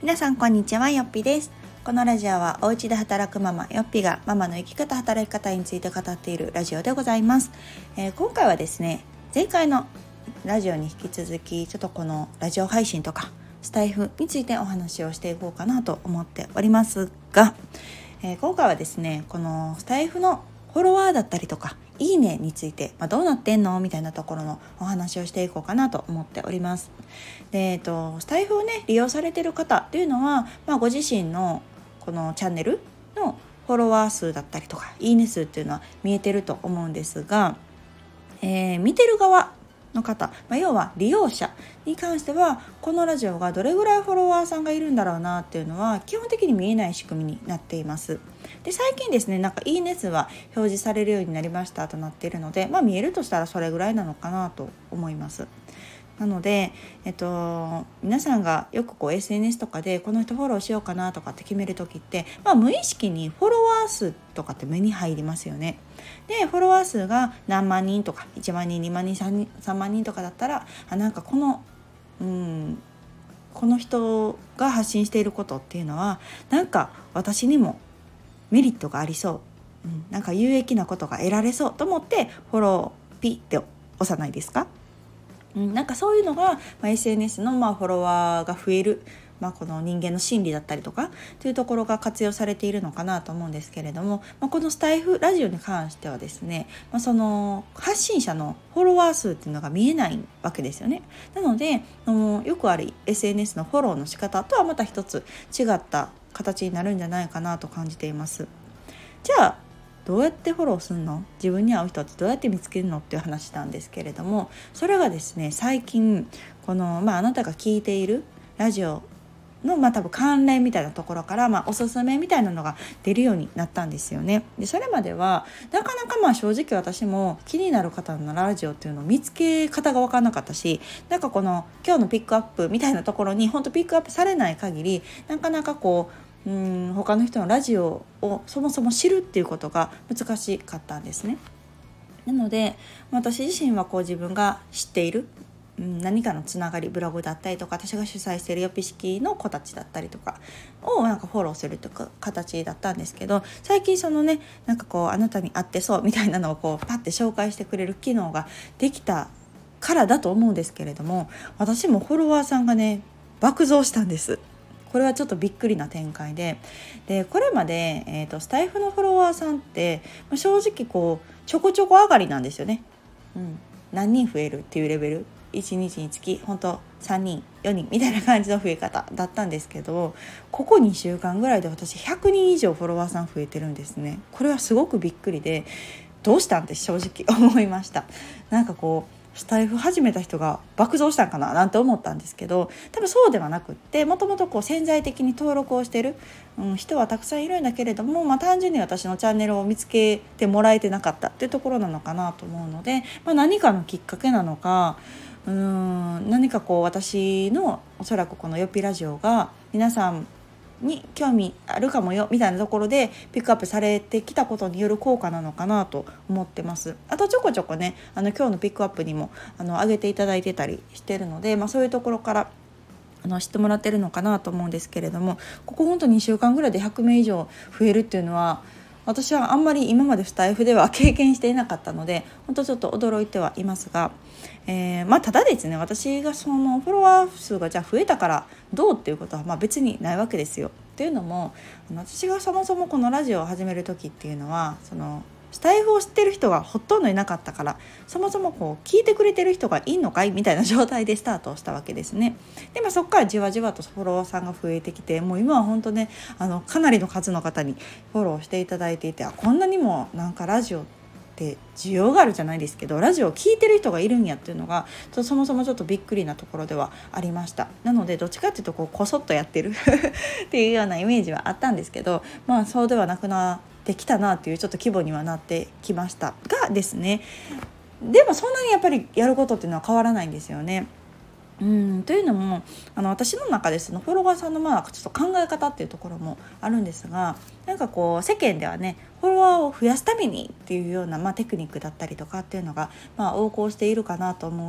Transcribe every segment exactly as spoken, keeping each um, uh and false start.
皆さんこんにちは、よっぴです。このラジオはお家で働くママよっぴがママの生き方働き方について語っているラジオでございます。えー、今回はですね、前回のラジオに引き続きちょっとこのラジオ配信とかスタイフについてお話をしていこうかなと思っておりますが、えー、今回はですね、このスタイフのフォロワーだったりとかいいねについて、まあ、どうなってんのみたいなところのお話をしていこうかなと思っております。で、えっと、スタイフをね利用されている方っていうのは、まあ、ご自身のこのチャンネルのフォロワー数だったりとかいいね数っていうのは見えてると思うんですが、えー、見てる側の方、まあ、要は利用者に関してはこのラジオがどれぐらいフォロワーさんがいるんだろうなっていうのは基本的に見えない仕組みになっています。で、最近ですね、なんかいいね数は表示されるようになりましたとなっているので、まあ、見えるとしたらそれぐらいなのかなと思います。なので、えっと、皆さんがよくこう エスエヌエス とかでこの人フォローしようかなとかって決めるときって、まあ、無意識にフォロワー数とかって目に入りますよね。で、フォロワー数が何万人とかいちまんにんにまんにんさんまんにんとかだったら、あ、なんかこのうんこの人が発信していることっていうのはなんか私にもメリットがありそう、うん、なんか有益なことが得られそうと思ってフォローピッて押さないですか？うん、なんかそういうのが、まあ、エスエヌエス のまあフォロワーが増える、まあ、この人間の心理だったりとかというところが活用されているのかなと思うんですけれども、まあ、このスタイフラジオに関してはですね、まあ、その発信者のフォロワー数っていうのが見えないわけですよね。なのであのよくある エスエヌエス のフォローの仕方とはまた一つ違った形になるんじゃないかなと感じています。じゃあどうやってフォローするの？自分に合う人ってどうやって見つけるのっていう話なんですけれども、それがですね、最近この、まあ、あなたが聞いているラジオの、まあ、多分関連みたいなところから、まあ、おすすめみたいなのが出るようになったんですよね。で、それまではなかなかまあ正直私も気になる方のラジオっていうのを見つけ方が分からなかったし、なんかこの今日のピックアップみたいなところに本当ピックアップされない限りなかなかこううん他の人のラジオをそもそも知るっていうことが難しかったんですね。なので私自身はこう自分が知っている、うん、何かのつながり、ブログだったりとか私が主催しているよっぴ式の子たちだったりとかをなんかフォローするという形だったんですけど、最近そのね、なんかこうあなたに合ってそうみたいなのをこうパッて紹介してくれる機能ができたからだと思うんですけれども、私もフォロワーさんがね爆増したんです。これはちょっとびっくりな展開で、でこれまで、えーと、スタイフのフォロワーさんって正直こうちょこちょこ上がりなんですよね、うん、何人増えるっていうレベル、いちにちにつき本当さんにんよにんみたいな感じの増え方だったんですけど、ここにしゅうかんぐらいで私ひゃくにん以上フォロワーさん増えてるんですね。これはすごくびっくりで、どうしたんって正直思いました。なんかこうスタイフ始めた人が爆増したんかななんて思ったんですけど、多分そうではなくって、もともとこう潜在的に登録をしてる、うん、人はたくさんいるんだけれども、まあ、単純に私のチャンネルを見つけてもらえてなかったっていうところなのかなと思うので、まあ、何かのきっかけなのか、うーん何かこう私のおそらくこのよっぴラジオが皆さんに興味あるかもよみたいなところでピックアップされてきたことによる効果なのかなと思ってます。あとちょこちょこね、あの今日のピックアップにもあの上げていただいてたりしてるので、まあ、そういうところからあの知ってもらってるのかなと思うんですけれども、ここ本当にしゅうかんぐらいでひゃくめい以上増えるっていうのは私はあんまり今までスタイフでは経験していなかったので、本当ちょっと驚いてはいますが、えーまあ、ただですね、私がそのフォロワー数がじゃあ増えたからどうっていうことはまあ別にないわけですよ。っていうのも、あの私がそもそもこのラジオを始める時っていうのは、そのスタイフを知ってる人がほとんどいなかったから、そもそもこう聞いてくれてる人がいいのかいみたいな状態でスタートをしたわけですね。で、まあ、そこからじわじわとフォロワーさんが増えてきて、もう今は本当ね、あのかなりの数の方にフォローしていただいていて、あ、こんなにもなんかラジオって需要があるじゃないですけど、ラジオを聞いてる人がいるんやっていうのがそもそもちょっとびっくりなところではありました。なのでどっちかっていうとこうこそっとやってるっていうようなイメージはあったんですけど、まあそうではなくなってきたなっていうちょっと規模にはなってきましたがですね、でもそんなにやっぱりやることっていうのは変わらないんですよね。うんというのも、あの私の中でそのフォロワーさんのまあちょっと考え方っていうところもあるんですが、なんかこう世間ではね、フォロワーを増やすためにっていうような、まあ、テクニックだったりとかっていうのが、まあ、横行しているかなと思う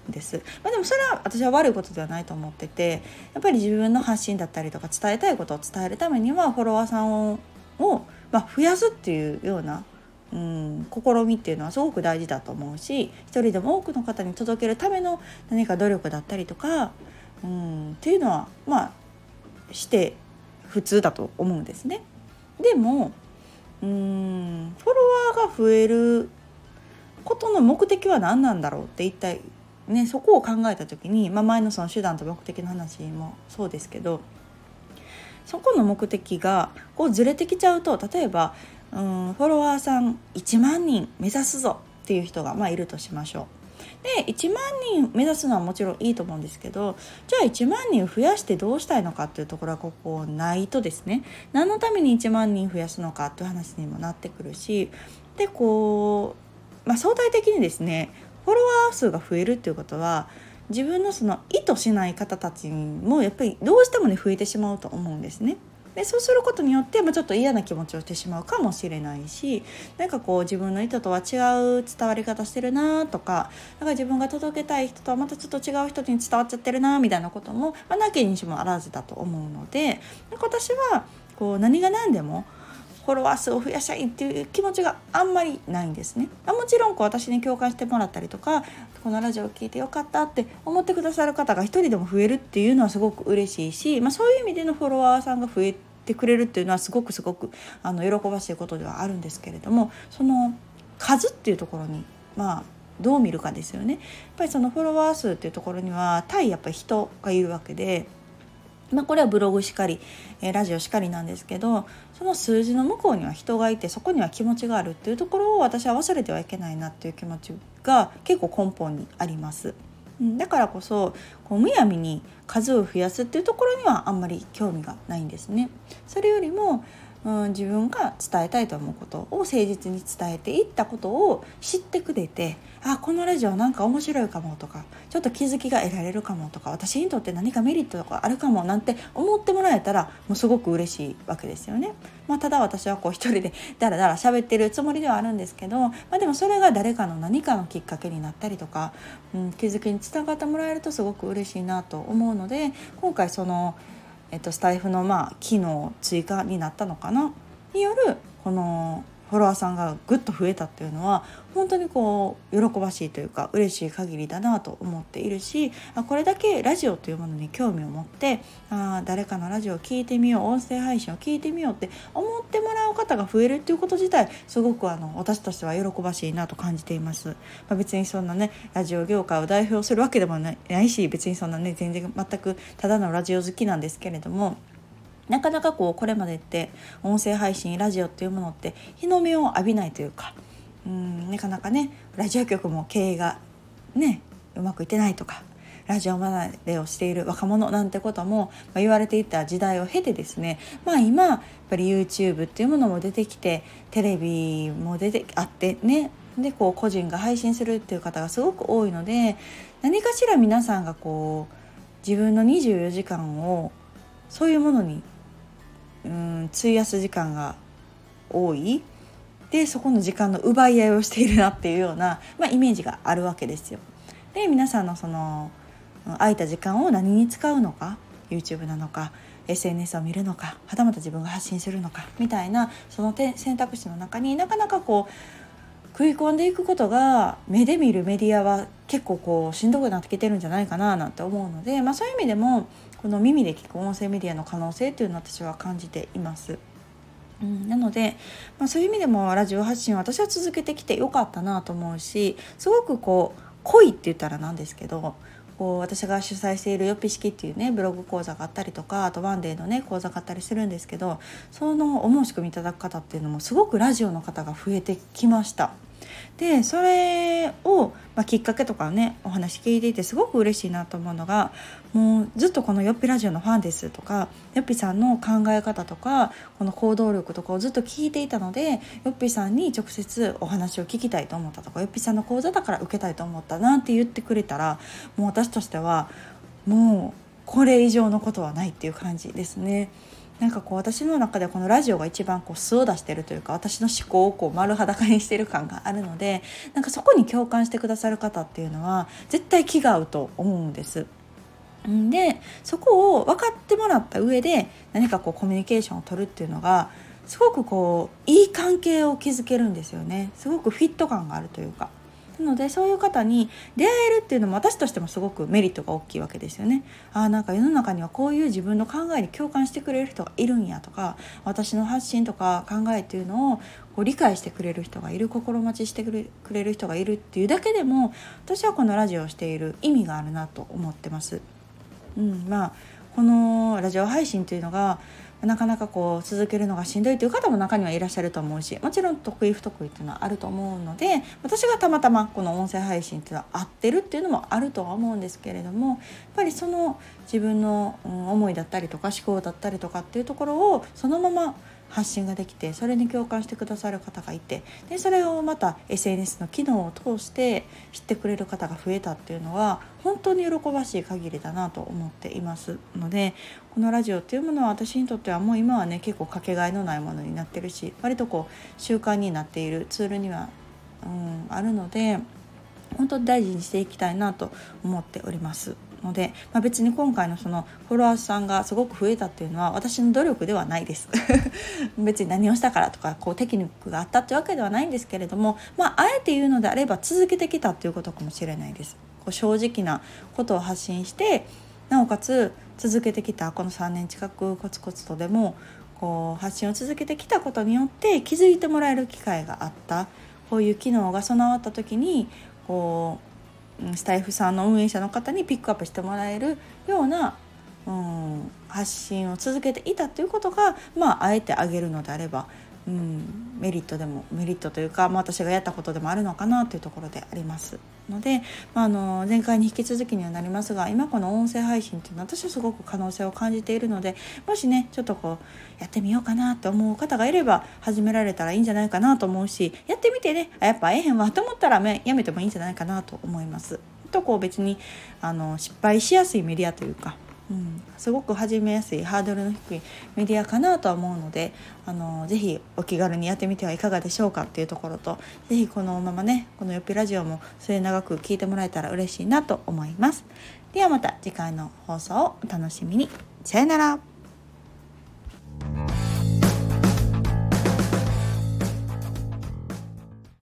です。まあ、でもそれは私は悪いことではないと思ってて、やっぱり自分の発信だったりとか伝えたいことを伝えるためにはフォロワーさんを、をまあ、増やすっていうようなうん、試みっていうのはすごく大事だと思うし、一人でも多くの方に届けるための何か努力だったりとか、うん、っていうのはまあして普通だと思うんですね。でもうーんフォロワーが増えることの目的は何なんだろうって一体ね、そこを考えた時に、まあ、前のその手段と目的の話もそうですけど、そこの目的がこうずれてきちゃうと、例えばうんフォロワーさんいちまんにん目指すぞっていう人がまあいるとしましょう。でいちまんにん目指すのはもちろんいいと思うんですけど、じゃあいちまんにん増やしてどうしたいのかっていうところはここないとですね、何のためにいちまんにん増やすのかっていう話にもなってくるし、でこう、まあ、相対的にですねフォロワー数が増えるっていうことは自分のその意図しない方たちもやっぱりどうしてもね増えてしまうと思うんですね。でそうすることによって、まあ、ちょっと嫌な気持ちをしてしまうかもしれないし、なんかこう自分の意図とは違う伝わり方してるなとか、なんか自分が届けたい人とはまたちょっと違う人に伝わっちゃってるなみたいなことも、まあ、なきにしもあらずだと思うので、私はこう何が何でもフォロワー数を増やしたいっていう気持ちがあんまりないんですね。もちろんこう私に共感してもらったりとか、このラジオを聞いてよかったって思ってくださる方が一人でも増えるっていうのはすごく嬉しいし、まあ、そういう意味でのフォロワーさんが増えてくれるっていうのはすごくすごくあの喜ばしいことではあるんですけれども、その数っていうところにまあどう見るかですよね。やっぱりそのフォロワー数っていうところには対やっぱり人がいるわけで、まあ、これはブログしかり、えー、ラジオしかりなんですけど、その数字の向こうには人がいて、そこには気持ちがあるっていうところを私は忘れてはいけないなっていう気持ちが結構根本にあります。うん、だからこそこうむやみに数を増やすっていうところにはあんまり興味がないんですね。それよりもうん、自分が伝えたいと思うことを誠実に伝えていったことを知ってくれて、あ、このラジオなんか面白いかもとか、ちょっと気づきが得られるかもとか、私にとって何かメリットとかあるかもなんて思ってもらえたらもうすごく嬉しいわけですよね。まあ、ただ私はこう一人でだらだら喋ってるつもりではあるんですけど、まあ、でもそれが誰かの何かのきっかけになったりとか、うん、気づきにつながってもらえるとすごく嬉しいなと思うので、今回そのえっと、スタイフのまあ機能追加になったのかなによるこのフォロワーさんがぐっと増えたっていうのは本当にこう喜ばしいというか嬉しい限りだなと思っているし、これだけラジオというものに興味を持ってあ誰かのラジオを聞いてみよう、音声配信を聞いてみようって思ってもらう方が増えるっていうこと自体すごくあの私としては喜ばしいなと感じています。まあ、別にそんなねラジオ業界を代表するわけでもないし、別にそんなね全然全くただのラジオ好きなんですけれども、なかなかこうこれまでって音声配信ラジオっていうものって日の目を浴びないというか、うーんなかなかねラジオ局も経営がねうまくいってないとか、ラジオ離れをしている若者なんてことも言われていた時代を経てですね、まあ今やっぱり YouTube っていうものも出てきて、テレビも出てあってね、でこう個人が配信するっていう方がすごく多いので、何かしら皆さんがこう自分のにじゅうよじかんをそういうものにうん費やす時間が多いで、そこの時間の奪い合いをしているなっていうような、まあ、イメージがあるわけですよ。で皆さんのその空いた時間を何に使うのか、 YouTube なのか エスエヌエス を見るのか、はたまた自分が発信するのかみたいな、その選択肢の中になかなかこう食い込んでいくことが、目で見るメディアは結構こうしんどくなってきてるんじゃないかななんて思うので、まあ、そういう意味でもこの耳で聞く音声メディアの可能性っていうのを私は感じています。うん、なので、まあ、そういう意味でもラジオ発信を私は続けてきてよかったなと思うし、すごくこう濃いって言ったらなんですけど、こう私が主催しているよっぴ式っていうねブログ講座があったりとか、あとワンデーのね講座があったりするんですけど、そのお申し込みいただく方っていうのもすごくラジオの方が増えてきました。でそれを、まあ、きっかけとかねお話聞いていてすごく嬉しいなと思うのが、もうずっとこのよっぴラジオのファンですとか、よっぴさんの考え方とかこの行動力とかをずっと聞いていたので、よっぴさんに直接お話を聞きたいと思ったとか、よっぴさんの講座だから受けたいと思ったなんて言ってくれたら、もう私としてはもうこれ以上のことはないっていう感じですね。 なんかこう私の中でこのラジオが一番こう素を出してるというか、私の思考をこう丸裸にしてる感があるので、なんかそこに共感してくださる方っていうのは絶対気が合うと思うんです。でそこを分かってもらった上で何かこうコミュニケーションを取るっていうのがすごくこういい関係を築けるんですよね。すごくフィット感があるというか、なのでそういう方に出会えるっていうのも私としてもすごくメリットが大きいわけですよね。あーなんか世の中にはこういう自分の考えに共感してくれる人がいるんやとか、私の発信とか考えっていうのをこう理解してくれる人がいる、心待ちしてくれ、くれる人がいるっていうだけでも、私はこのラジオをしている意味があるなと思ってます。うんまあ、このラジオ配信というのがなかなかこう続けるのがしんどいという方も中にはいらっしゃると思うし、もちろん得意不得意っていうのはあると思うので、私がたまたまこの音声配信っていうのは合ってるっていうのもあるとは思うんですけれども、やっぱりその自分の思いだったりとか思考だったりとかっていうところをそのまま発信ができて、それに共感してくださる方がいて、でそれをまた エスエヌエス の機能を通して知ってくれる方が増えたっていうのは本当に喜ばしい限りだなと思っていますので、このラジオっていうものは私にとってはもう今はね結構かけがえのないものになってるし、割とこう習慣になっているツールには、うん、あるので本当に大事にしていきたいなと思っておりますので、まあ、別に今回のそのフォロワーさんがすごく増えたっていうのは私の努力ではないです別に何をしたからとかこうテクニックがあったってわけではないんですけれども、まあ、あえて言うのであれば続けてきたっていうことかもしれないです。こう正直なことを発信して、なおかつ続けてきたこのさんねん近くコツコツとでもこう発信を続けてきたことによって気づいてもらえる機会があった、こういう機能が備わった時にこうスタイフさんの運営者の方にピックアップしてもらえるような、うん、発信を続けていたということが、まあ、あえてあげるのであれば、うん、メリットでもメリットというか、まあ、私がやったことでもあるのかなというところでありますので、まあ、あの前回に引き続きにはなりますが、今この音声配信というのは私はすごく可能性を感じているので、もしねちょっとこうやってみようかなと思う方がいれば始められたらいいんじゃないかなと思うし、やってみてねやっぱええへんわと思ったらやめてもいいんじゃないかなと思います。とこう別にあの失敗しやすいメディアというか、うん、すごく始めやすいハードルの低いメディアかなとは思うので、あのぜひお気軽にやってみてはいかがでしょうかっていうところと、ぜひこのままねこのよっぴラジオも末永く聞いてもらえたら嬉しいなと思います。ではまた次回の放送をお楽しみに。さよなら。